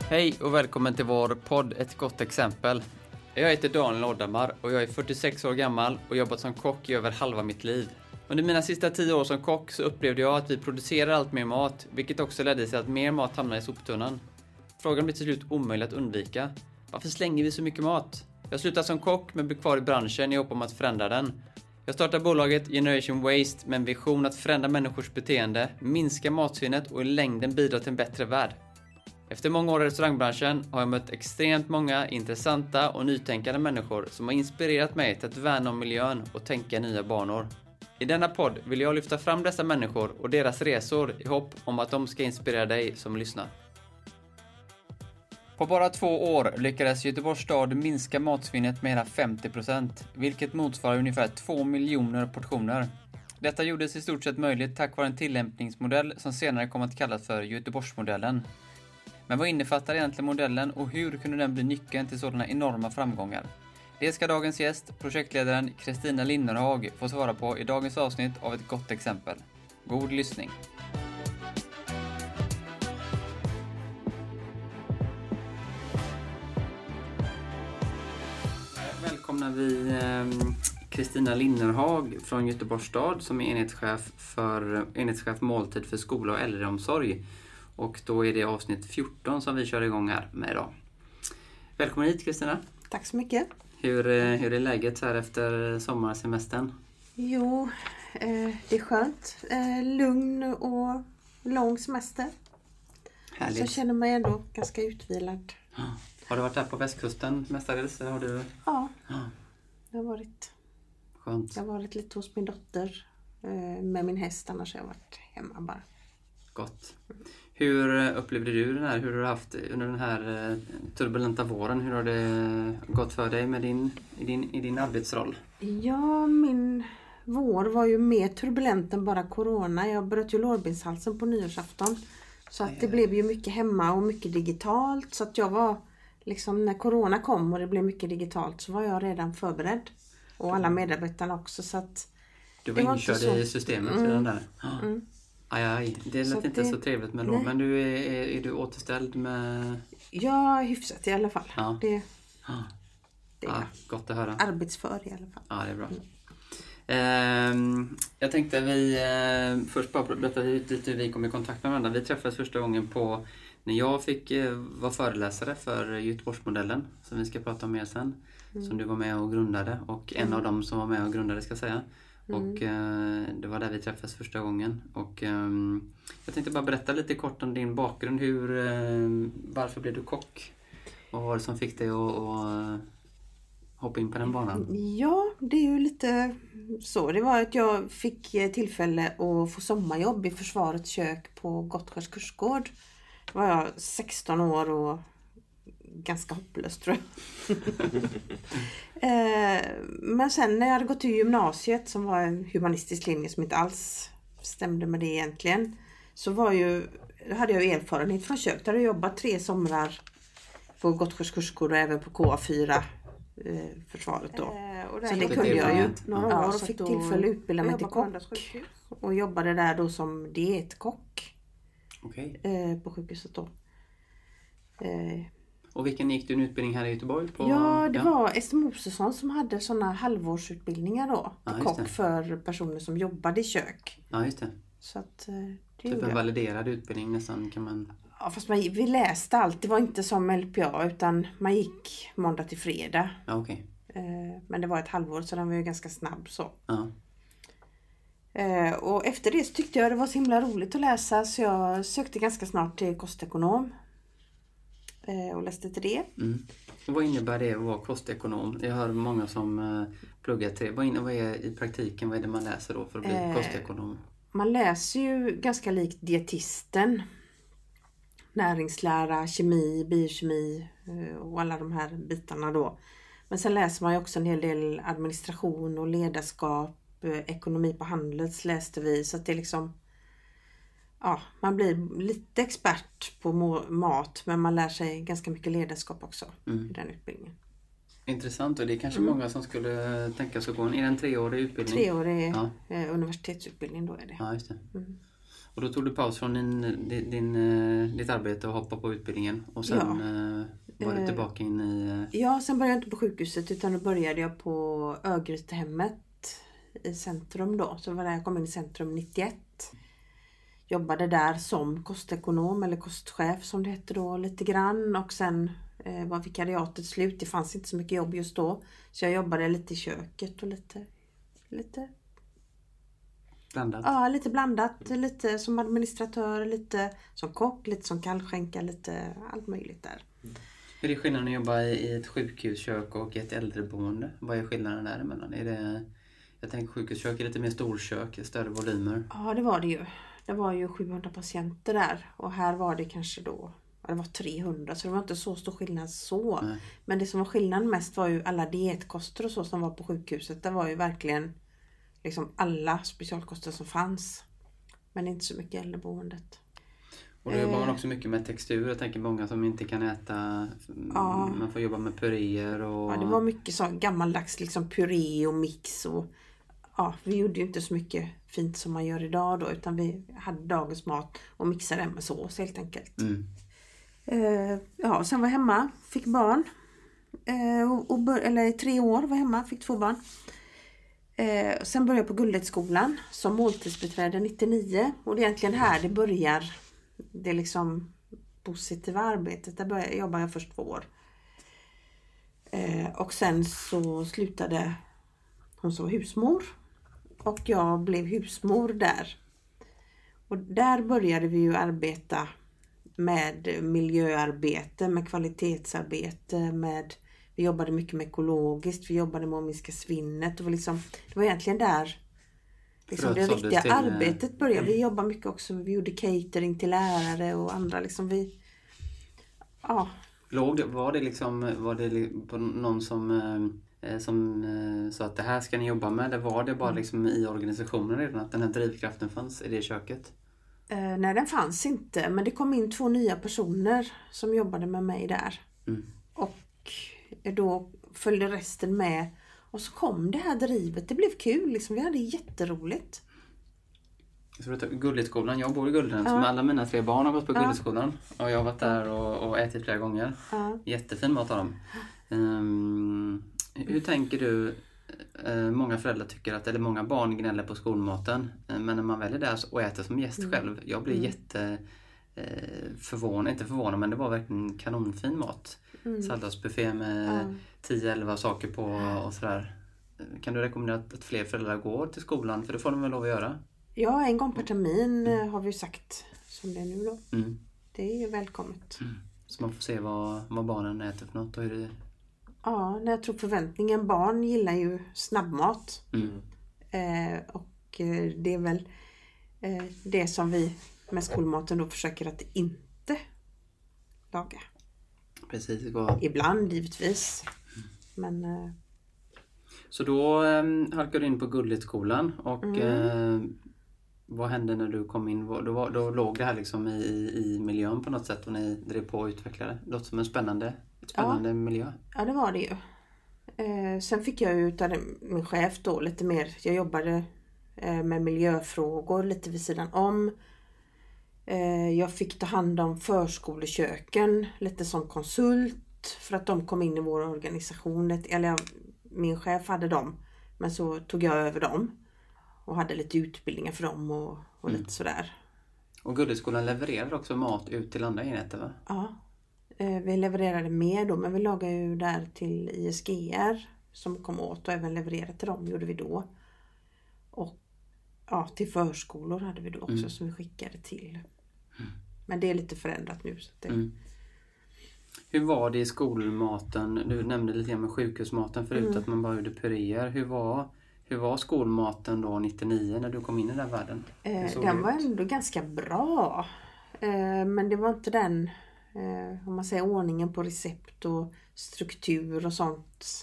Hej och välkommen till vår podd Ett gott exempel. Jag heter Daniel Oddamar och jag är 46 år gammal och jobbat som kock i över halva mitt liv. Under mina sista 10 år som kock så upplevde jag att vi producerar allt mer mat, vilket också ledde till att mer mat hamnar i soptunnan. Frågan blir till slut omöjlig att undvika. Varför slänger vi så mycket mat? Jag slutar som kock men blir kvar i branschen i hopp om att förändra den. Jag startar bolaget Generation Waste med en vision att förändra människors beteende, minska matsvinnet och i längden bidra till en bättre värld. Efter många år i restaurangbranschen har jag mött extremt många intressanta och nytänkande människor som har inspirerat mig till att värna om miljön och tänka i nya banor. I denna podd vill jag lyfta fram dessa människor och deras resor i hopp om att de ska inspirera dig som lyssnar. På bara 2 år lyckades Göteborgs stad minska matsvinnet med hela 50%, vilket motsvarar ungefär 2 miljoner portioner. Detta gjordes i stort sett möjligt tack vare en tillämpningsmodell som senare kom att kallas för Göteborgsmodellen. Men vad innefattar egentligen modellen och hur kunde den bli nyckeln till sådana enorma framgångar? Det ska dagens gäst, projektledaren Kristina Linnerhag, få svara på i dagens avsnitt av Ett gott exempel. God lyssning! Välkomnar vi Kristina Linnerhag från Göteborgs stad som är enhetschef måltid för skola och äldreomsorg. Och då är det avsnitt 14 som vi kör igång här med idag. Välkommen hit Kristina. Tack så mycket. Hur är läget så här efter sommarsemestern? Jo, det är skönt. Lugn och lång semester. Härligt. Så jag känner mig ändå ganska utvilad. Har du varit här på västkusten mestadels? Har du... Ja, det har varit. Skönt. Jag har varit lite hos min dotter med min häst. Annars har jag varit hemma bara. Gott. Hur upplevde du den här? Hur har du haft under den här turbulenta våren? Hur har det gått för dig med i din arbetsroll? Ja, min vår var ju mer turbulent än bara corona. Jag bröt ju lårbenshalsen på nyårsafton. Så att det blev ju mycket hemma och mycket digitalt. Så att jag var liksom, när corona kom och det blev mycket digitalt så var jag redan förberedd. Och alla medarbetarna också. Så att du var inkörd i systemet redan där? Aj, det lät inte så trevligt med lov. Men du är du återställd med... Ja, hyfsat i alla fall. Ja. Det gott att höra. Arbetsför i alla fall. Ja, det är bra. Jag tänkte vi först bara berätta lite hur vi kom i kontakt med varandra. Vi träffades första gången när jag fick vara föreläsare för Göteborgsmodellen som vi ska prata om mer sen. Som du var med och grundade och en av dem som var med och grundade ska jag säga. Och det var där vi träffades första gången. Och jag tänkte bara berätta lite kort om din bakgrund. Varför blev du kock? Vad var det som fick dig att hoppa in på den banan? Ja, det är ju lite så. Det var att jag fick tillfälle att få sommarjobb i försvarets kök på Gottskärs kursgård. Då var jag 16 år och ganska hopplös tror jag. Men sen när jag hade gått till gymnasiet som var en humanistisk linje som inte alls stämde med det egentligen. Så hade jag erfarenhet från kök. Där hade jag jobbat 3 somrar på Gottskärs kursgård och även på KA4 försvaret då. Så det kunde jag ju några år och fick tillfälle att utbilda mig till kock. Och jobbade där då som dietkock. På sjukhuset då. Och vilken gick du en utbildning här i Göteborg på? Ja, det var Ester Mosesson som hade sådana halvårsutbildningar då. Kock för personer som jobbade i kök. Ja, just det. Så att typ en validerad utbildning nästan kan man... Ja, fast vi läste allt. Det var inte som LPA utan man gick måndag till fredag. Ja, okej. Men det var ett halvår så den var ju ganska snabb så. Ja. Och efter det så tyckte jag det var så himla roligt att läsa så jag sökte ganska snart till kostekonom. Och läste till det. Och vad innebär det att vara kostekonom? Jag hör många som pluggar till det. Vad är i praktiken, vad är det man läser då för att bli kostekonom? Man läser ju ganska likt dietisten. Näringslära, kemi, biokemi och alla de här bitarna då. Men sen läser man ju också en hel del administration och ledarskap, ekonomi på Handels läste vi. Så att det är liksom... Ja, man blir lite expert på mat men man lär sig ganska mycket ledarskap också i den utbildningen. Intressant och det är kanske många som skulle tänka sig gå en 3-årig utbildning. 3-årig universitetsutbildning då är det. Ja, just det. Och då tog du paus från ditt arbete och hoppade på utbildningen. Och sen var du tillbaka in i... Ja, sen började jag inte på sjukhuset utan då började jag på Örgrytehemmet i centrum då. Så var det jag kom in i centrum 91. Jobbade där som kostekonom eller kostchef som det hette då lite grann. Och sen var vikariatet slut. Det fanns inte så mycket jobb just då. Så jag jobbade lite i köket och lite blandat. Ja, lite blandat. Lite som administratör, lite som kock, lite som kallskänka, lite allt möjligt där. Är det skillnaden att jobba i ett sjukhuskök och ett äldreboende? Vad är skillnaden däremellan? Jag tänker sjukhuskök är lite mer storkök, större volymer. Ja, det var det ju. Det var ju 700 patienter där. Och här var det kanske då, det var 300. Så det var inte så stor skillnad så. Nej. Men det som var skillnaden mest var ju alla dietkoster och så som var på sjukhuset. Det var ju verkligen liksom alla specialkoster som fanns. Men inte så mycket i äldreboendet. Och då jobbar man också mycket med textur. Jag tänker många som inte kan äta. Ja. Man får jobba med puréer. Och... Ja, det var mycket så gammaldags liksom puré och mix. Och, ja, vi gjorde ju inte så mycket fint som man gör idag då. Utan vi hade dagens mat och mixade den med sås helt enkelt. Ja, sen var jag hemma. Fick barn. Eller i 3 år var jag hemma. Fick 2 barn. Sen började jag på Gullhetsskolan som måltidsbiträde 99. Och det är egentligen här det börjar. Det liksom positiva arbetet. Där jobbade jag först 2 år. Och sen så slutade hon som husmor. Och jag blev husmor där. Och där började vi ju arbeta med miljöarbete, med kvalitetsarbete, vi jobbade mycket med ekologiskt, vi jobbade med att minska svinnet. Och det var egentligen där liksom det riktiga arbetet började. Vi jobbade mycket också, vi gjorde catering till lärare och andra liksom ja. Var det på någon som sa att det här ska ni jobba med? Eller var det bara liksom i organisationen redan att den här drivkraften fanns i det köket? Nej, den fanns inte. Men det kom in 2 nya personer som jobbade med mig där. Och då följde resten med. Och så kom det här drivet. Det blev kul. Liksom. Vi hade jätteroligt. Så Gullhetsskolan. Jag bor i Gullhem. Som alla mina 3 barn har gått på Gullhetsskolan. Och jag har varit där och ätit flera gånger. Jättefin mat av dem. Hur tänker du? Många föräldrar tycker att, eller många barn gnäller på skolmaten. Men när man väljer där och äter som gäst själv. Jag blir förvånad. Inte förvånad, men det var verkligen kanonfin mat. Salladsbuffé med 10-11 saker på och sådär. Kan du rekommendera att fler föräldrar går till skolan? För det får de väl lov att göra? Ja, 1 gång per termin har vi sagt som det är nu då. Det är ju välkommet. Så man får se vad barnen äter för något och hur det... Ja, när jag tror förväntningen. Barn gillar ju snabbmat. Och det är väl det som vi med skolmaten då försöker att inte laga. Precis. Ibland givetvis. Men... Så då halkade du in på Gullhetsskolan och vad hände när du kom in? Då låg det här liksom i miljön på något sätt och ni drev på och utvecklade. Det låter som en spännande miljö. Ja, det var det ju. Sen fick jag ut av min chef då lite mer. Jag jobbade med miljöfrågor lite vid sidan om. Jag fick ta hand om förskoleköken lite som konsult för att de kom in i vår organisation. Min chef hade dem, men så tog jag över dem och hade lite utbildningar för dem och lite sådär. Och Gullhetsskolan levererade också mat ut till andra enheter, va? Ja, vi levererade mer då, men vi lagade ju där till ISGR som kom åt och även levererade till dem gjorde vi då. Och ja, till förskolor hade vi då också som vi skickade till. Men det är lite förändrat nu. Så det... Hur var det i skolmaten? Du nämnde lite grann med sjukhusmaten förut att man bara gjorde puréer. Hur var skolmaten då 99 när du kom in i den världen? Den var ändå ganska bra. Men det var inte den, om man säger ordningen på recept och struktur och sånt.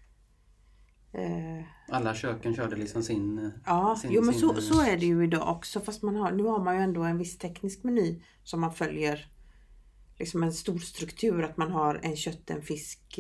Alla köken körde liksom sin... Ja, men så är det ju idag också. Fast nu har man ju ändå en viss teknisk meny som man följer. Liksom en stor struktur att man har en kött, en fisk,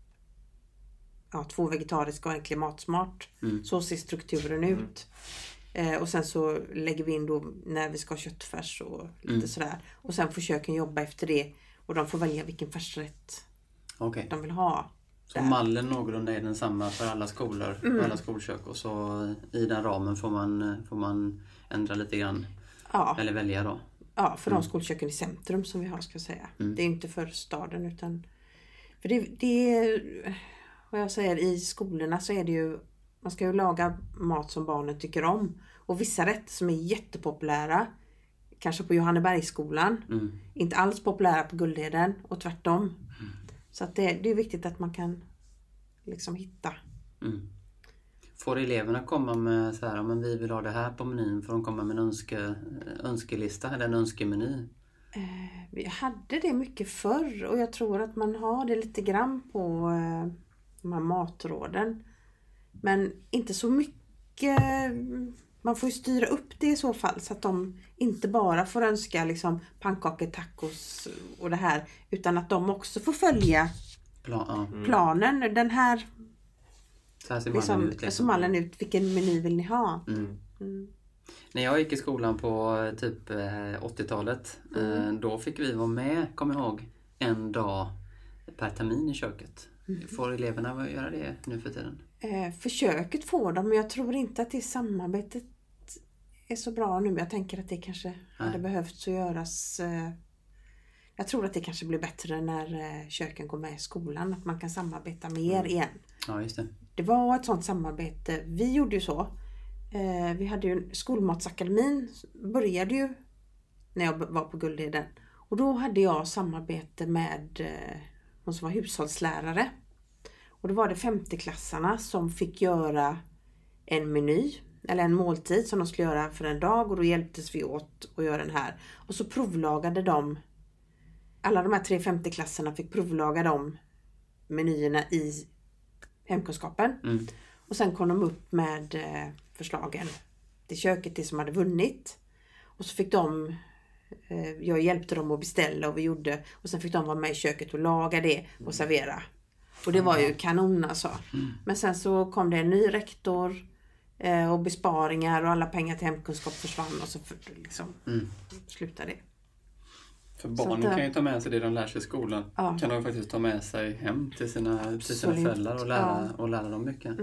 2 vegetariska och en klimatsmart. Så ser strukturen ut. Och sen så lägger vi in då när vi ska ha köttfärs och lite sådär. Och sen får köken jobba efter det. Och de får välja vilken färsrätt de vill ha. Så mallen någorlunda är densamma för alla skolor och alla skolkök. Och så i den ramen får man ändra lite grann. Ja. Eller välja då. Ja, för de skolköken i centrum som vi har, ska jag säga. Det är inte för staden utan... För det är... Vad jag säger, i skolorna så är det ju... Man ska ju laga mat som barnen tycker om. Och vissa rätter som är jättepopulära, kanske på Johannebergsskolan, inte alls populära på Guldheden och tvärtom. Så att det är viktigt att man kan liksom hitta. Får eleverna komma med så här, men vi vill ha det här på menyn, får de komma med en önskelista eller en önskemeny? Vi hade det mycket förr och jag tror att man har det lite grann på de här matråden. Men inte så mycket. Man får ju styra upp det i så fall så att de inte bara får önska liksom pannkakor, tacos och det här, utan att de också får följa planen. Den här så här ser liksom, ut. Så mallen ut. Vilken meny vill ni ha? När jag gick i skolan på typ 80-talet, då fick vi vara med, kom ihåg, en dag per termin i köket. Får eleverna göra det nu för tiden? Försöket får de, men jag tror inte att det samarbetet är så bra nu. Jag tänker att det kanske hade behövt att göras. Jag tror att det kanske blir bättre när köken går med i skolan. Att man kan samarbeta mer igen. Ja, just det. Det var ett sånt samarbete. Vi gjorde ju så. Vi hade ju Skolmatsakademin. Började ju när jag var på Guldheden. Och då hade jag samarbete med hon som var hushållslärare. Och då var det 50-klassarna som fick göra en meny. Eller en måltid som de skulle göra för en dag. Och då hjälptes vi åt att göra den här. Och så provlagade de. Alla de här 3 50-klasserna fick provlaga de menyerna i hemkunskapen. Och sen kom de upp med förslagen till köket, det som hade vunnit. Och så fick de, jag hjälpte dem att beställa och vi gjorde. Och sen fick de vara med i köket och laga det och servera. Och det var ju kanon alltså. Men sen så kom det en ny rektor och besparingar och alla pengar till hemkunskap försvann och så liksom slutade det. För barnen kan ju ta med sig det de lär sig i skolan. Kan de faktiskt ta med sig hem till sina föräldrar och lära dem mycket.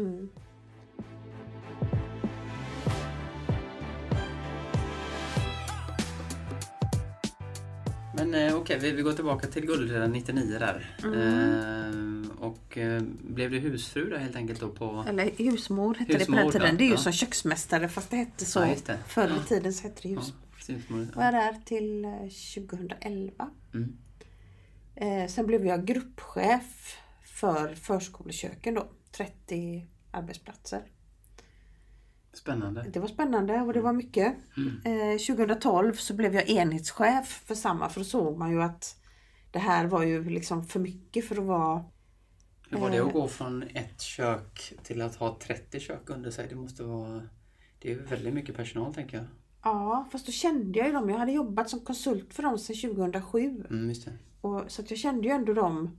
Men okej, vi går tillbaka till Guldheden 99 där. Och blev du husfru där helt enkelt då på... Eller husmor hette det på den tiden. Det är ju som köksmästare fast det hette så. Förr i tiden så hette det husmor. Var jag där till 2011. Sen blev jag gruppchef för förskoleköken då. 30 arbetsplatser. Spännande. Det var spännande och det var mycket. 2012 så blev jag enhetschef för samma. För då såg man ju att det här var ju liksom för mycket för att vara... Hur var det att gå från ett kök till att ha 30 kök under sig? Det är ju väldigt mycket personal tänker jag. Ja, fast då kände jag ju dem. Jag hade jobbat som konsult för dem sedan 2007. Just det. Så att jag kände ju ändå dem.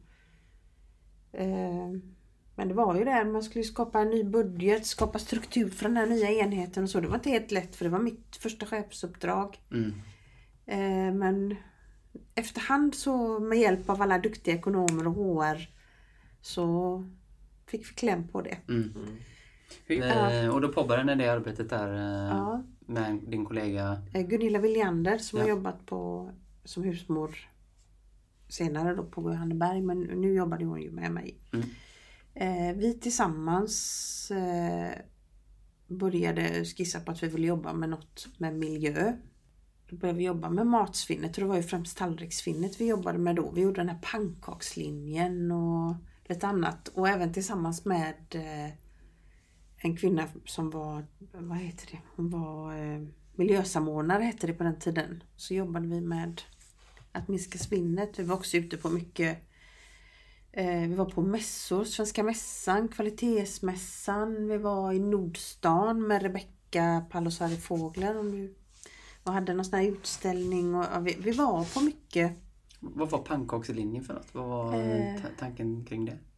Men det var ju där, man skulle skapa en ny budget, skapa struktur för den här nya enheten och så. Det var inte helt lätt för det var mitt första chefsuppdrag. Men efterhand så med hjälp av alla duktiga ekonomer och HR så fick vi kläm på det. Och då påbörjade det arbetet där med din kollega Gunilla Viljander som har jobbat som husmor senare då på Johanneberg, men nu jobbade hon ju med mig. Vi tillsammans började skissa på att vi ville jobba med något med miljö. Då började vi jobba med matsvinnet och det var ju främst tallriksvinnet vi jobbade med då. Vi gjorde den här pannkakslinjen och lite annat. Och även tillsammans med en kvinna som var, vad heter det? Hon var miljösamordnare hette det på den tiden. Så jobbade vi med att minska svinnet. Vi var också ute på mycket. Vi var på mässor, Svenska mässan, kvalitetsmässan. Vi var i Nordstan med Rebecka Palosari Fågler och hade någon sån här utställning. Och vi var på mycket. Vad var pannkakslinjen för något? Vad var tanken kring det?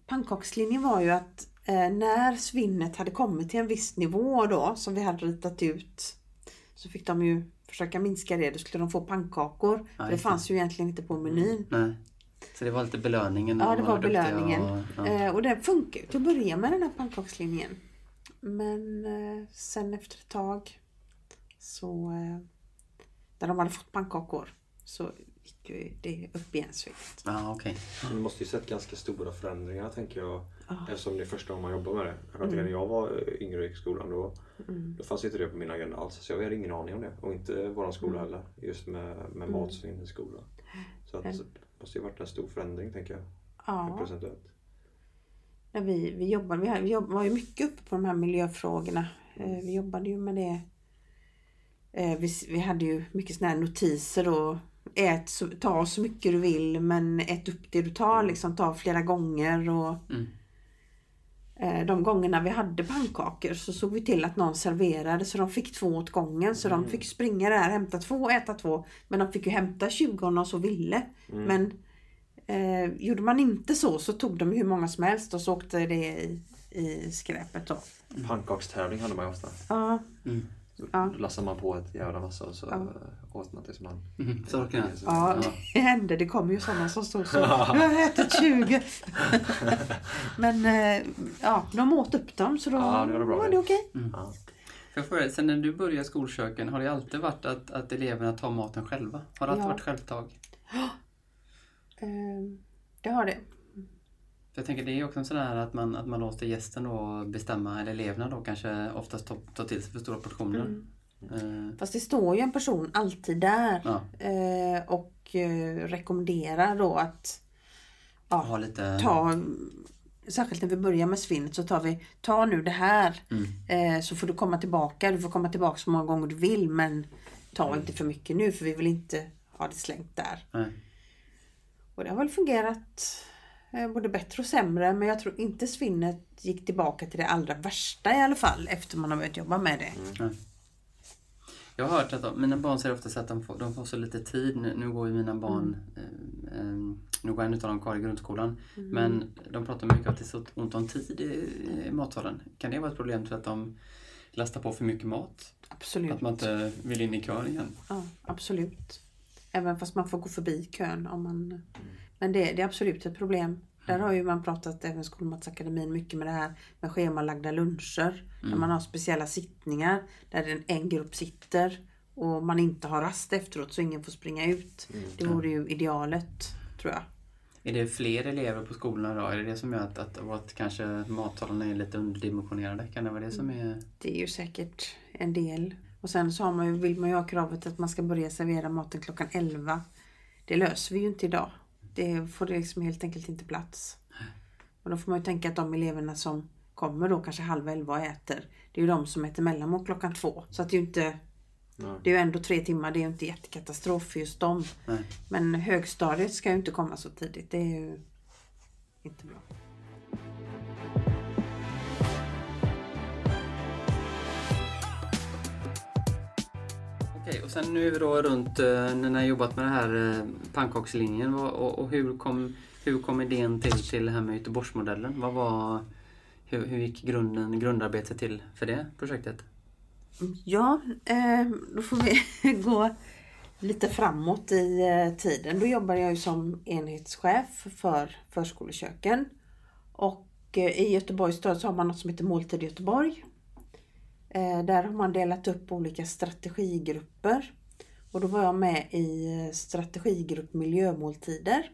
Pannkakslinjen var ju att när svinnet hade kommit till en viss nivå då, som vi hade ritat ut, så fick de ju försöka minska det. Då skulle de få pannkakor. För det fanns ju egentligen inte på menyn. Nej. Så det var lite belöningen? Ja, det var belöningen. Och det funkar till att börja med den här pannkakslinjen. Men sen efter ett tag så när de hade fått pannkakor så gick ju det upp igen svinnet. Okej. Du måste ju sett ganska stora förändringar, tänker jag. Eftersom det är första gången man jobbar med det. När jag var yngre i skolan då fanns inte det på min agenda alls. Så jag hade ingen aning om det. Och inte våran skola heller. Just med matsvinn i skolan. Så att, det måste ju varit en stor förändring, tänker jag. Ja. Procentuellt. När vi var ju mycket uppe på de här miljöfrågorna. Vi jobbade ju med det. Vi hade ju mycket såna här notiser och ta så mycket du vill, men ät upp det du tar, liksom ta flera gånger. Och de gångerna vi hade pannkakor så såg vi till att någon serverade så de fick 2 åt gången. Så de fick springa där, hämta 2 och äta 2. Men de fick ju hämta 20 om de så ville. Men gjorde man inte så tog de hur många som helst och så åkte det i skräpet då. Pannkakstävling hade man ju ofta. Ja. Då lassade man på ett jävla massa och så åt man tills man... Ja, det hände. Det kom ju sådana som stod så. Jag har ätit 20. Men de åt upp dem så då var det okej. För fråga, sen när du började skolköken, har det alltid varit att eleverna tar maten själva? Har det alltid varit självtag? Det har det. För jag tänker det är också en sån här att man låter gästen då bestämma, eller eleverna då kanske oftast ta till sig för stora portioner. Fast det står ju en person alltid där och rekommenderar då att ha lite... särskilt när vi börjar med svinnet så ta nu det här så får du komma tillbaka. Du får komma tillbaka så många gånger du vill, men ta inte för mycket nu för vi vill inte ha det slängt där. Nej. Och det har väl fungerat både bättre och sämre, men jag tror inte svinnet gick tillbaka till det allra värsta i alla fall efter man har börjat jobba med det. Jag har hört att mina barn säger ofta att de får så lite tid. Nu går ju mina barn, nu går en utav dem kvar i grundskolan. Men de pratar mycket om att det är så ont om tid i matsalen. Kan det vara ett problem till att de lastar på för mycket mat? Absolut. Att man inte vill in i kön igen? Ja, absolut. Även fast man får gå förbi kön om man... Men det är absolut ett problem. Där har ju man pratat, även Skolmatsakademin, mycket med det här med schemalagda luncher. Där man har speciella sittningar där en grupp sitter och man inte har rast efteråt så ingen får springa ut. Det vore ju idealet, tror jag. Är det fler elever på skolorna idag? Är det det som gör att kanske matsalarna är lite underdimensionerade? Kan det vara det som är... Det är ju säkert en del. Och sen så vill man ju ha kravet att man ska börja servera maten klockan 11. Det löser vi ju inte idag. Det får det liksom helt enkelt inte plats. Och då får man ju tänka att de eleverna som kommer då kanske 10:30 och äter. Det är ju de som äter mellanmål klockan 2. Så att det är ju inte... Det är ju ändå 3 timmar. Det är ju inte jättekatastrof för just dem. Nej. Men högstadiet ska ju inte komma så tidigt. Det är ju inte bra. Okej, och sen nu är vi då runt när ni har jobbat med det här pannkakslinjen och hur kom idén till det här med Göteborgsmodellen? Hur gick grundarbetet till för det projektet? Ja, då får vi gå lite framåt i tiden. Då jobbar jag ju som enhetschef för förskoleköken. Och i Göteborgs stad så har man något som heter Måltid Göteborg. Där har man delat upp olika strategigrupper. Och då var jag med i strategigrupp miljömåltider.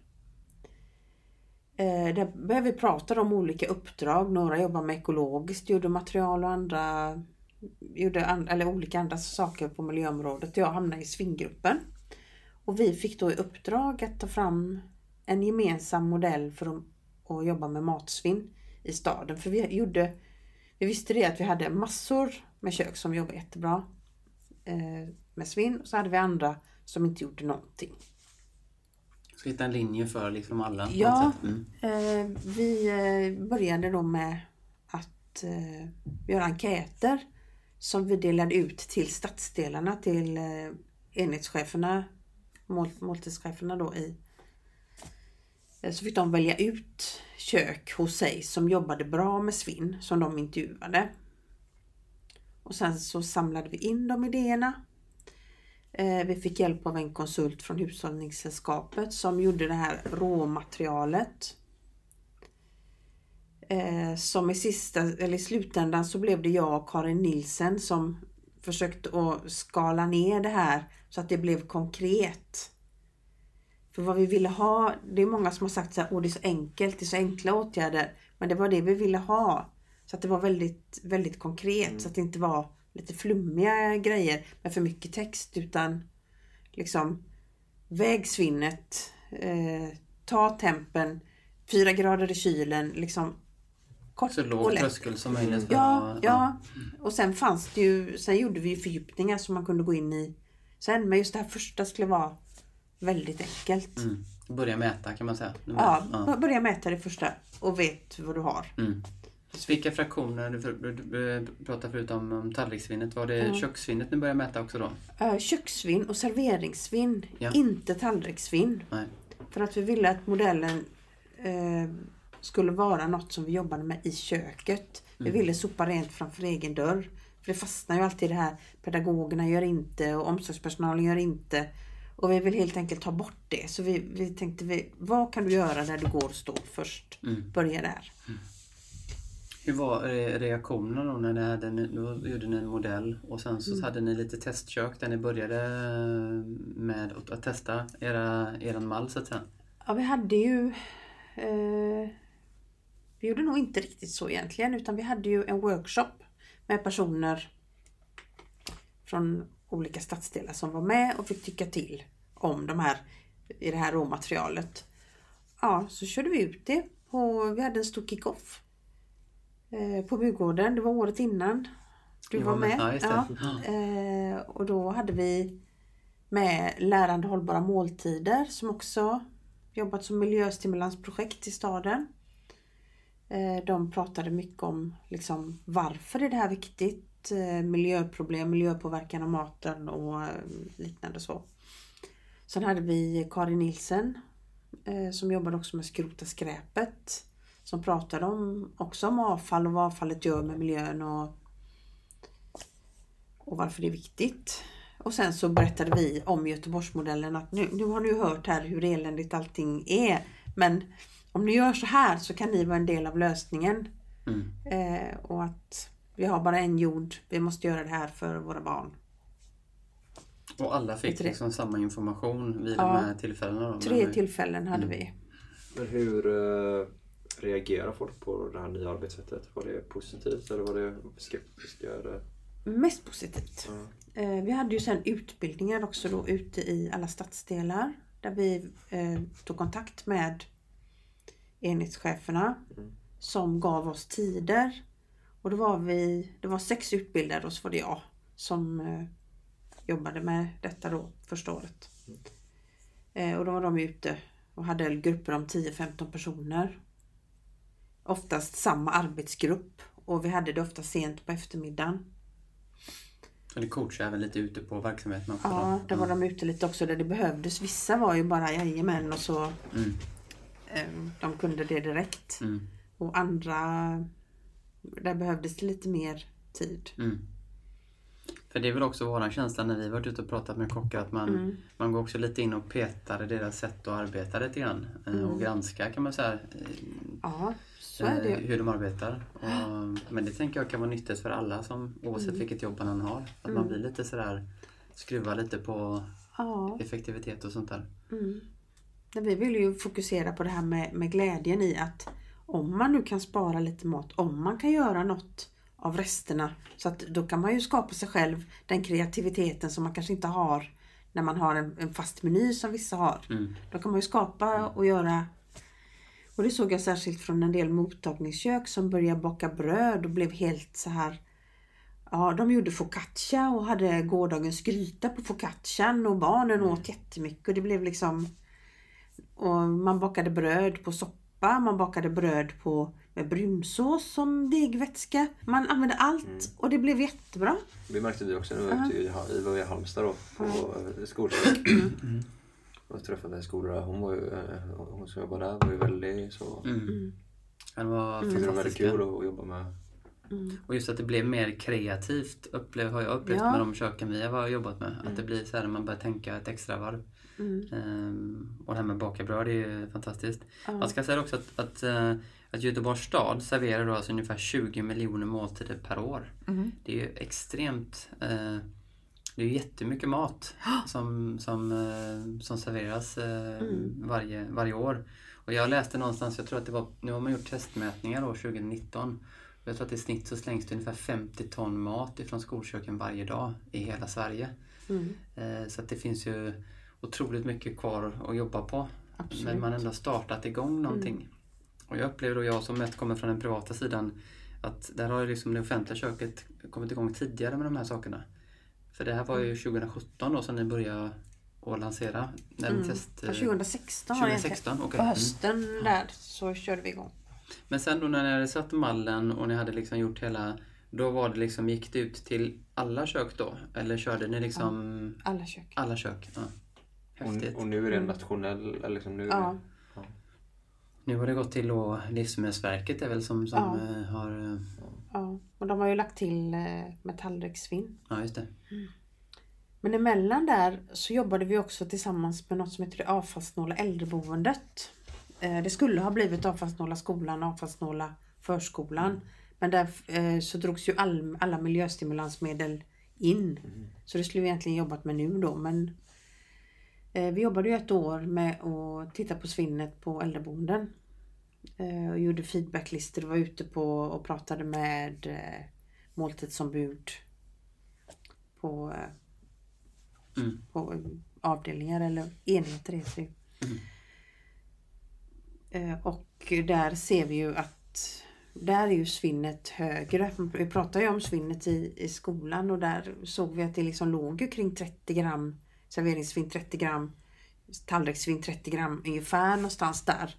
Där började vi prata om olika uppdrag. Några jobbar med ekologiskt, gjorde material och andra gjorde olika andra saker på miljöområdet. Jag hamnade i svinggruppen. Och vi fick då i uppdrag att ta fram en gemensam modell för att jobba med matsvinn i staden. För vi visste det att vi hade massor med kök som jobbar jättebra med svinn. Och så hade vi andra som inte gjorde någonting. Så hitta en linje för liksom alla? Ja, vi började då med att göra enkäter som vi delade ut till stadsdelarna, till enhetscheferna, måltidscheferna då så fick de välja ut kök hos sig som jobbade bra med svinn som de intervjuade. Och sen så samlade vi in de idéerna. Vi fick hjälp av en konsult från Hushållningssällskapet som gjorde det här råmaterialet. Som i slutändan så blev det jag och Karin Nilsen som försökte att skala ner det här så att det blev konkret. För vad vi ville ha, det är många som har sagt så här, det är så enkelt, det är så enkla åtgärder. Men det var det vi ville ha. Så att det var väldigt, väldigt konkret. Så att det inte var lite flummiga grejer med för mycket text. Utan liksom vägsvinnet, ta tempen, 4 grader i kylen, liksom kort så låg tröskel som möjligt. Ja. Och sen fanns det ju, sen gjorde vi ju fördjupningar som man kunde gå in i sen. Men just det här första skulle vara väldigt enkelt. Börja mäta kan man säga. Börja mäta det första och vet vad du har. Så vilka fraktioner, du pratade förut om tallriksvinnet, var det köksvinnet ni började mäta också då? Köksvinn och serveringsvinn, inte tallriksvinn. Nej. För att vi ville att modellen skulle vara något som vi jobbade med i köket. Vi ville sopa rent framför egen dörr. För det fastnar ju alltid det här, pedagogerna gör inte och omsorgspersonalen gör inte. Och vi vill helt enkelt ta bort det. Så vi tänkte, vad kan du göra när du går och står först? Börja där. Hur var reaktionerna då när då gjorde ni en modell och sen så hade ni lite testkök där ni började med att testa eran mall så att säga? Ja, vi hade ju... vi gjorde nog inte riktigt så egentligen, utan vi hade ju en workshop med personer från olika stadsdelar som var med och fick tycka till om i det här råmaterialet. Ja, så körde vi ut det vi hade en stor kick-off på Bygården. Det var året innan du var med. Och då hade vi med lärande hållbara måltider som också jobbat som miljöstimulansprojekt i staden. De pratade mycket om liksom, varför är det här viktigt. Miljöproblem, miljöpåverkan av maten och liknande så. Sen hade vi Karin Nilsen som jobbade också med skrota skräpet. Som pratade också om avfall och vad avfallet gör med miljön och varför det är viktigt. Och sen så berättade vi om Göteborgsmodellen att nu har ni hört här hur eländigt allting är. Men om ni gör så här så kan ni vara en del av lösningen. Och att vi har bara en jord. Vi måste göra det här för våra barn. Och alla fick liksom samma information vid de här tillfällena då? 3 tillfällen hade vi. Men hur reagerar folk på det här nya arbetssättet? Var det positivt eller var det skeptiska? Mest positivt. Vi hade ju sen utbildningar också då ute i alla stadsdelar. Där vi tog kontakt med enhetscheferna som gav oss tider. Och det var 6 utbildare och så var det jag som jobbade med detta då första året. Och då var de ute och hade grupper om 10-15 personer. Oftast samma arbetsgrupp och vi hade det ofta sent på eftermiddagen. Så ni coachade även lite ute på verksamheten också? Ja, där var de ute lite också där det behövdes. Vissa var ju bara jajamän och så de kunde det direkt. Och andra, där behövdes det lite mer tid. För det är väl också våran känsla när vi varit ute och pratat med kockar att man går också lite in och petar i deras sätt att arbeta lite grann. Och granska kan man säga. Ja, så är det. Hur de arbetar. Men det tänker jag kan vara nyttigt för alla som oavsett vilket jobb man har. Att man blir lite sådär, skruvar lite på effektivitet och sånt där. Vi vill ju fokusera på det här med glädjen i att om man nu kan spara lite mat, om man kan göra något av resterna, så att då kan man ju skapa sig själv den kreativiteten som man kanske inte har när man har en fast meny som vissa har. Då kan man ju skapa och göra. Och det såg jag särskilt från en del mottagningskök som började baka bröd och blev helt så här. Ja, de gjorde focaccia och hade gårdagens gryta på focaccian och barnen åt jättemycket och det blev liksom. Och man bakade bröd på soppa, man bakade bröd med brunsås som degvätska. Man använde allt och det blev jättebra. Det märkte vi också när vi var i Halmstad då, på skolkök. Och träffade en skola. Hon som jobbade där var ju väldigt så Det var Det var väldigt kul att jobba med. Och just att det blev mer kreativt har jag upplevt med de köken vi har jobbat med. Att det blir så här när man börjar tänka ett extra varv. Och det här med baka bröd är ju fantastiskt. Man ska säga också att Göteborgs stad serverar då alltså ungefär 20 miljoner måltider per år. Det är ju extremt... det är ju jättemycket mat som serveras varje år. Och jag läste någonstans, jag tror att det var... Nu har man gjort testmätningar år 2019. Jag tror att i snitt så slängs det ungefär 50 ton mat ifrån skolköken varje dag i hela Sverige. Så att det finns ju otroligt mycket kvar att jobba på. Absolut. Men man ändå startat igång någonting. Och jag upplever då, jag som mest kommer från den privata sidan, att där har liksom det offentliga köket kommit igång tidigare med de här sakerna. För det här var ju 2017 då som ni började att lansera. Test, 2016 okay. På hösten där så körde vi igång. Men sen då när ni hade satt mallen och ni hade liksom gjort hela, då var det liksom, gick det ut till alla kök då? Eller körde ni liksom... Alla kök. Alla kök, ja. Häftigt. Och nu är det nationell, liksom nu Nu har det gått till då Livsmedelsverket är väl som har... Ja, och de har ju lagt till metalldräktsvinn. Ja, just det. Men emellan där så jobbade vi också tillsammans med något som heter avfallssnåla äldreboendet. Det skulle ha blivit avfallssnåla skolan, avfallssnåla förskolan. Men där så drogs ju alla miljöstimulansmedel in. Så det skulle vi egentligen jobbat med nu då. Men vi jobbade ju ett år med att titta på svinnet på äldreboenden. Och gjorde feedbacklistor, var ute på och pratade med måltidsombud på avdelningar eller enheter heter det. Och där ser vi ju att där är ju svinnet högre. Vi pratar ju om svinnet i skolan och där såg vi att det liksom låg ju kring 30 gram serveringssvinn, 30 gram tallrikssvinn, 30 gram ungefär någonstans där.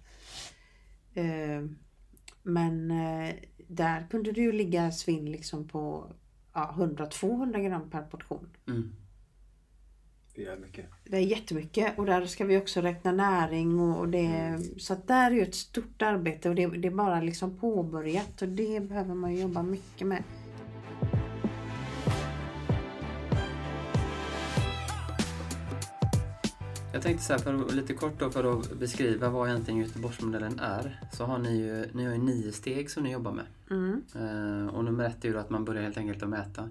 Men där kunde det ju ligga svinn liksom på 100-200 gram per portion. Det är mycket. Det är jättemycket och där ska vi också räkna näring och det, så att där är ju ett stort arbete och det är bara liksom påbörjat och det behöver man ju jobba mycket med. Jag tänkte så här, för lite kort då för att beskriva vad egentligen Göteborgsmodellen är, så har ni har ju 9 steg som ni jobbar med. Och nummer 1 är ju att man börjar helt enkelt att mäta.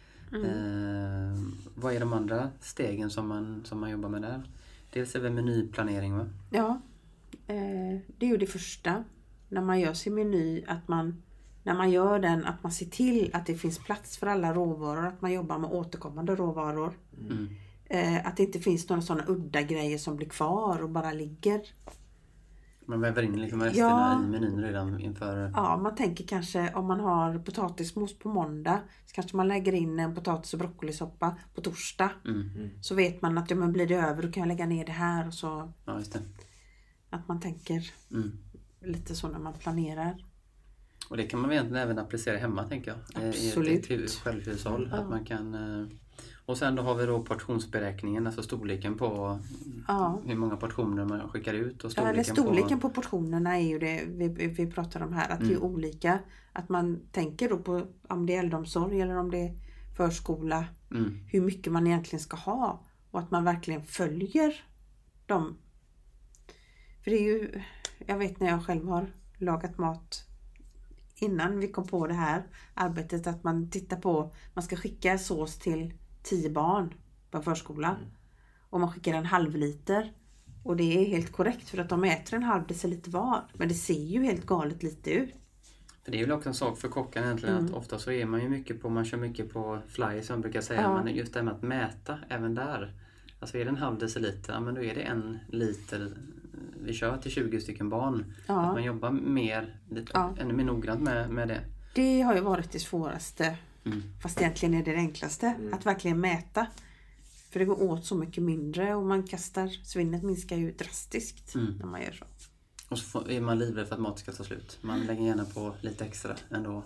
Vad är de andra stegen som man jobbar med där? Dels är det menyplanering, va? Ja, det är ju det första. När man gör sin meny, när man gör den, att man ser till att det finns plats för alla råvaror, att man jobbar med återkommande råvaror. Att det inte finns några sådana udda grejer som blir kvar och bara ligger. Man väver in liksom resterna i menyn redan inför... Ja, man tänker kanske om man har potatismos på måndag så kanske man lägger in en potatis- och broccolisoppa på torsdag. Så vet man att men blir det över då kan jag lägga ner det här och så. Ja, just det. Att man tänker lite så när man planerar. Och det kan man egentligen även applicera hemma, tänker jag. Absolut. I ett självhushåll. Att man kan... Och sen då har vi då portionsberäkningen, alltså storleken på hur många portioner man skickar ut. Och storleken på portionerna är ju det vi pratar om här. Att det är olika. Att man tänker då på om det är äldreomsorg eller om det är förskola. Hur mycket man egentligen ska ha. Och att man verkligen följer dem. För det är ju, jag vet när jag själv har lagat mat innan vi kom på det här arbetet, att man tittar på, man ska skicka sås till 10 barn på förskolan. Och man skickar en halv liter. Och det är helt korrekt för att de äter en halv deciliter var. Men det ser ju helt galet lite ut. För det är ju också en sak för kocken egentligen att ofta så är man ju mycket på, man kör mycket på fly som man brukar säga. Men just det med att mäta även där. Alltså är det en halv deciliter, men då är det 1 liter vi kör till 20 stycken barn. Att man jobbar ännu mer noggrant med det. Det har ju varit det svåraste. Fast egentligen är det enklaste. Att verkligen mäta. För det går åt så mycket mindre och man kastar, svinnet minskar ju drastiskt när man gör så. Och så är man livrädd för att mat ska ta slut. Man lägger gärna på lite extra ändå.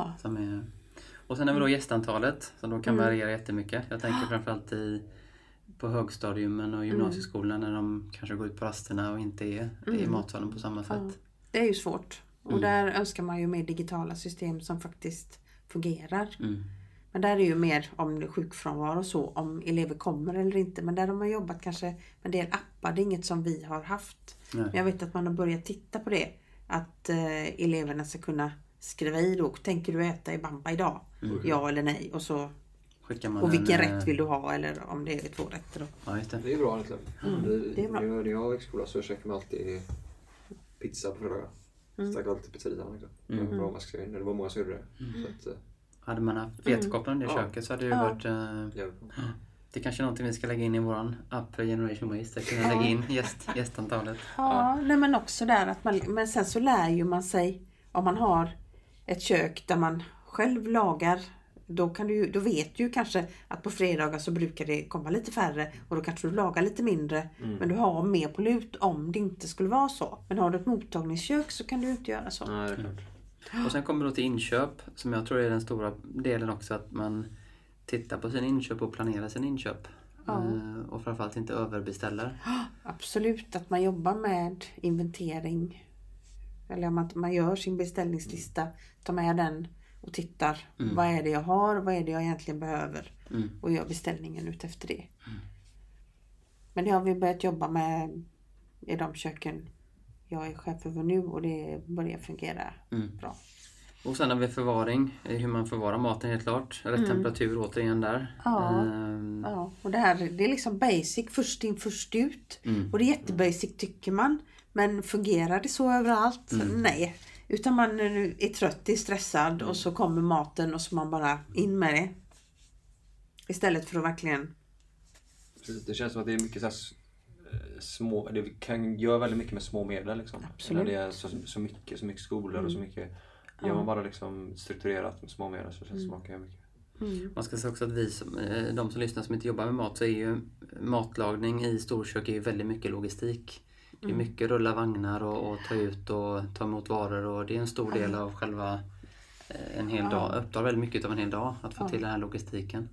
Och sen har vi då gästantalet som då kan variera jättemycket. Jag tänker framförallt på högstadiumen och gymnasieskolorna när de kanske går ut på rasterna och inte är i matsalen på samma sätt. Det är ju svårt. Och där önskar man ju mer digitala system som faktiskt fungerar. Men där är ju mer om det är sjukfrånvaro och så, om elever kommer eller inte. Men där har man jobbat kanske med en del appar, det är inget som vi har haft. Men jag vet att man har börjat titta på det. Att eleverna ska kunna skriva i då, tänker du äta i bamba idag? Ja eller nej? Och så och vilken rätt vill du ha, eller om det är 2 rätter då. Ja, just det. Det är bra egentligen. Det är bra. När jag gick i skolan så käkade man alltid pizza på fredagar. Stack alltid pizzerian liksom. Det var bra man ska in. Det var många som gjorde det. Så att, hade man haft vetskap om det köket så hade det ju varit... Det är kanske någonting vi ska lägga in i våran app Generation Waste. Att kunna lägga in gästantalet. Nej, men också där att men sen så lär ju man sig, om man har ett kök där man själv lagar, då vet du ju kanske att på fredagar så brukar det komma lite färre och då kanske du lagar lite mindre, men du har mer på lut om det inte skulle vara så. Men har du ett mottagningskök så kan du inte göra så. Nej, det är klart. Och sen kommer då till inköp, som jag tror är den stora delen också, att man tittar på sin inköp och planerar sin inköp. Och framförallt inte överbeställer. Absolut, att man jobbar med inventering. Eller att man gör sin beställningslista, tar med den och tittar. Vad är det jag har, vad är det jag egentligen behöver. Och gör beställningen ut efter det. Men det har vi börjat jobba med i de köken jag är chef över nu, och det börjar fungera bra. Och sen har vi förvaring, hur man förvarar maten helt klart. Rätt temperatur återigen där. Ja, och det är liksom basic, först in först ut. Och det är jättebasic tycker man. Men fungerar det så överallt? Nej. Utan man är trött, är stressad och så kommer maten och så man bara in med det. Istället för att verkligen... Precis, det känns som att det är mycket så här små... Det kan göra väldigt mycket med små medel liksom. Absolut. När det är så mycket skolor och så mycket... Gör man bara liksom strukturerat med små medel så känns det som att man kan göra mycket. Man ska säga också att de som lyssnar som inte jobbar med mat, så är ju matlagning i storkök är ju väldigt mycket logistik. Det är mycket rulla vagnar och ta ut och ta emot varor, och det är en stor del av själva en hel dag. Upptar väldigt mycket av en hel dag att få till den här logistiken.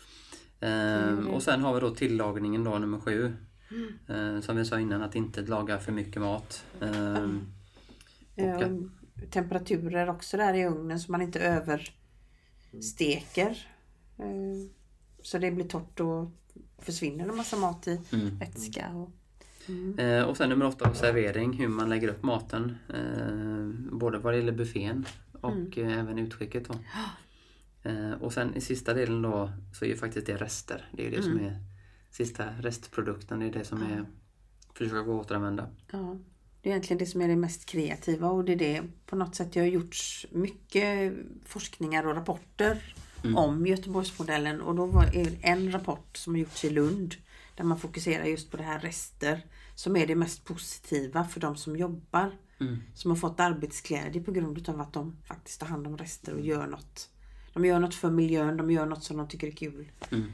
Och sen har vi då tillagningen då, nummer 7. Som vi sa innan, att inte laga för mycket mat. Temperaturer också där i ugnen så man inte översteker. Så det blir torrt och försvinner en massa mat i vätska. Och sen nummer 8, servering, hur man lägger upp maten. Både vad det gäller buffén och även utskicket då. Och sen i sista delen då så är ju faktiskt det rester. Det är det som är sista restprodukten. Det är det som är försöka återanvända. Ja. Det är egentligen det som är det mest kreativa, och det är det på något sätt jag har gjort mycket forskningar och rapporter om Göteborgsmodellen, och då var det en rapport som har gjorts i Lund där man fokuserar just på det här rester som är det mest positiva för de som jobbar, som har fått arbetsglädje på grund av att de faktiskt tar hand om rester och gör något. De gör något för miljön, de gör något som de tycker är kul.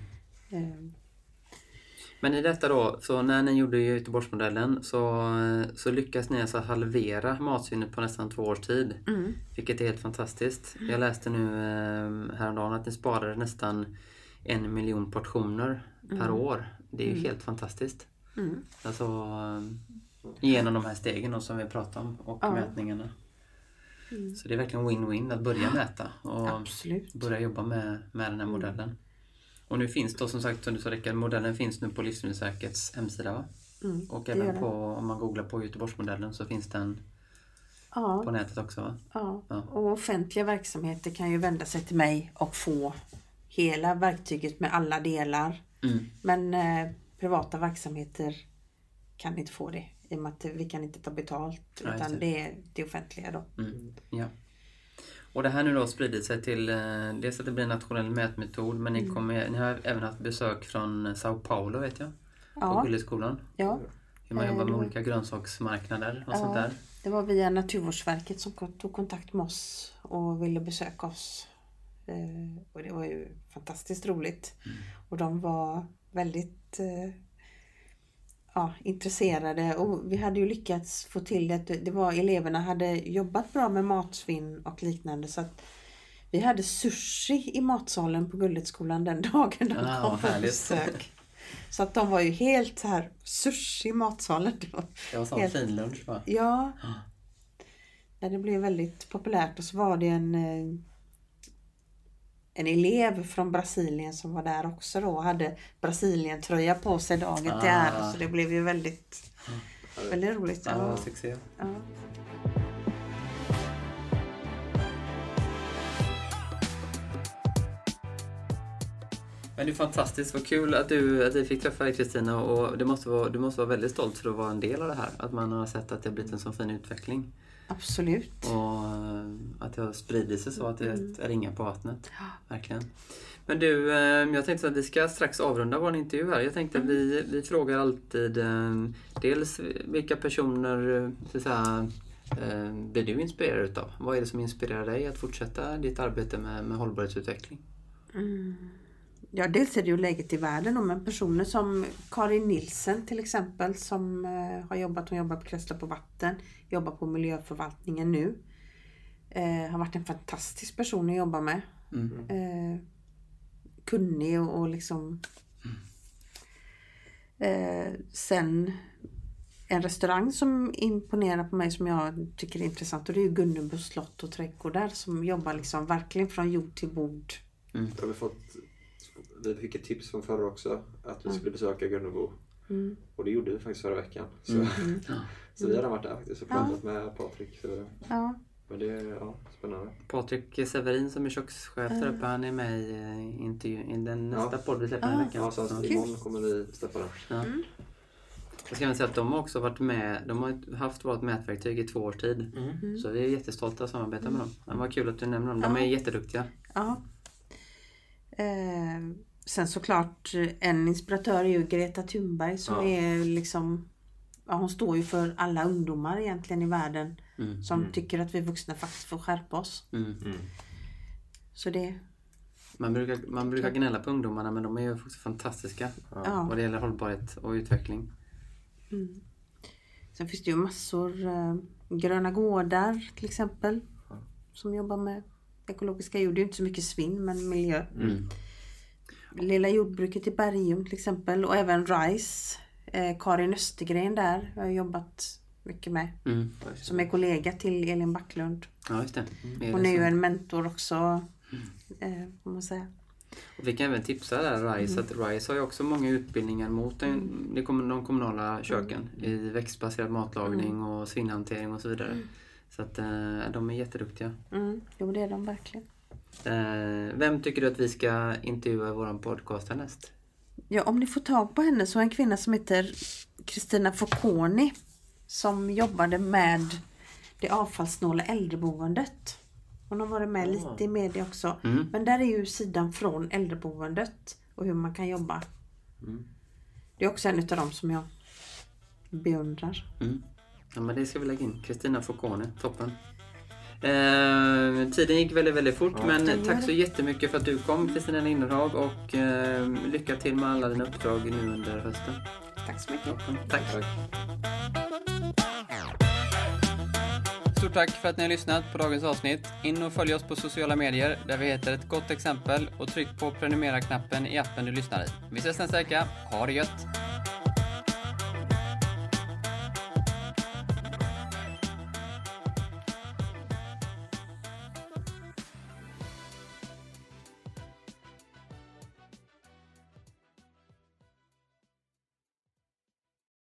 Men i detta då, så när ni gjorde Göteborgsmodellen så lyckas ni alltså halvera matsvinnet på nästan 2 års tid. Vilket är helt fantastiskt. Jag läste nu häromdagen att ni sparade nästan 1 miljon portioner per år. Det är ju helt fantastiskt. Alltså genom de här stegen då, som vi pratar om, och mätningarna. Så det är verkligen win-win att börja mäta och börja jobba med den här modellen. Och nu finns då som sagt, som du sa Rickard, modellen finns nu på Livsmedelsverkets hemsida, va? Och även på, om man googlar på Göteborgsmodellen så finns den på nätet också, va? Ja, och offentliga verksamheter kan ju vända sig till mig och få hela verktyget med alla delar. Men privata verksamheter kan inte få det, i och med att vi kan inte ta betalt, utan det är det offentliga då. Ja. Och det här nu då spridit sig till dels att det blir en nationell mätmetod, men ni har även haft besök från Sao Paulo, vet jag, på Gulleskolan. Ja. Hur man jobbar med olika grönsaksmarknader och sånt där. Det var via Naturvårdsverket som tog kontakt med oss och ville besöka oss. Och det var ju fantastiskt roligt. Och de var väldigt intresserade, och vi hade ju lyckats få till det var eleverna hade jobbat bra med matsvinn och liknande, så att vi hade sushi i matsalen på Gulleskolan den dagen de kom på besök. Så att de var ju helt så här, sushi i matsalen. Det var sån fin lunch, va? Ja. Där det blev väldigt populärt, och så var det en elev från Brasilien som var där också då och hade Brasilien-tröja på sig dagen till ära, så det blev ju väldigt roligt. Ja, succé. Ja. Men det är fantastiskt, vad kul att vi fick träffa dig, Kristina, och du måste vara väldigt stolt för att vara en del av det här. Att man har sett att det har blivit en så fin utveckling. Absolut. Och att det har spridit sig så att det är ringar på vattnet. Verkligen. Men du, jag tänkte att vi ska strax avrunda vår intervju här. Jag tänkte att vi frågar alltid dels vilka personer så att säga, blir du inspirerad utav? Vad är det som inspirerar dig att fortsätta ditt arbete med hållbarhetsutveckling? Ja, dels är det ju läget i världen, men personer som Karin Nilsen till exempel, som hon jobbar på Kretslopp på vatten, jobbar på miljöförvaltningen nu. Har varit en fantastisk person att jobba med. Kunnig och liksom... Sen en restaurang som imponerar på mig, som jag tycker är intressant, och det är ju Gunnebo slott och trädgårdar, som jobbar liksom verkligen från jord till bord. Vi fick ett tips från förra också att vi skulle besöka Gunnebo. Och det gjorde vi faktiskt förra veckan. Så vi hade varit där faktiskt och pratat med Patrik. Men det är spännande. Patrik Severin som är kökschef där uppe, han är med i den nästa podd vi släpper den veckan. Ja, så imorgon kommer vi släppa den. Jag ska säga att de har också varit med, de har haft vårt mätverktyg i 2 års tid. Så vi är jättestolta att samarbeta med dem. Men vad kul att du nämner dem, de är jätteduktiga. Ja. Sen såklart en inspiratör är ju Greta Thunberg, som är liksom, hon står ju för alla ungdomar egentligen i världen som tycker att vi vuxna faktiskt får skärpa oss. Så det... Man brukar gnälla på ungdomarna, men de är ju faktiskt fantastiska vad det gäller hållbarhet och utveckling. Sen finns det ju massor gröna gårdar till exempel som jobbar med ekologiska jord. Det är ju inte så mycket svinn, men miljö. Lilla jordbruket i Bergum till exempel, och även RISE. Karin Östergren där har jag jobbat mycket med. Som är kollega till Elin Backlund. Ja, just det. Hon är ju en mentor också, får man säga. Och vi kan även tipsa där RISE, att RISE har ju också många utbildningar mot de kommunala köken i växtbaserad matlagning och svinnhantering och så vidare. Så att de är jätteduktiga. Jo, det är de verkligen. Vem tycker du att vi ska intervjua i våran podcast härnäst? Ja, om ni får tag på henne, så en kvinna som heter Kristina Focconi, som jobbade med det avfallssnåla äldreboendet. Hon har varit med lite i media också. Men där är ju sidan från äldreboendet och hur man kan jobba. Det är också en av dem som jag beundrar. Ja, men det ska vi lägga in. Kristina Focconi, toppen. Tiden gick väldigt, väldigt fort, men tack så jättemycket för att du kom, Kristina Linderhag, och lycka till med alla dina uppdrag nu under hösten. Tack så mycket. Tack. Stort tack för att ni har lyssnat på dagens avsnitt. In och följ oss på sociala medier där vi heter Ett Gott Exempel, och tryck på prenumerera-knappen i appen du lyssnar i. Vi ses nästa vecka. Ha det gött!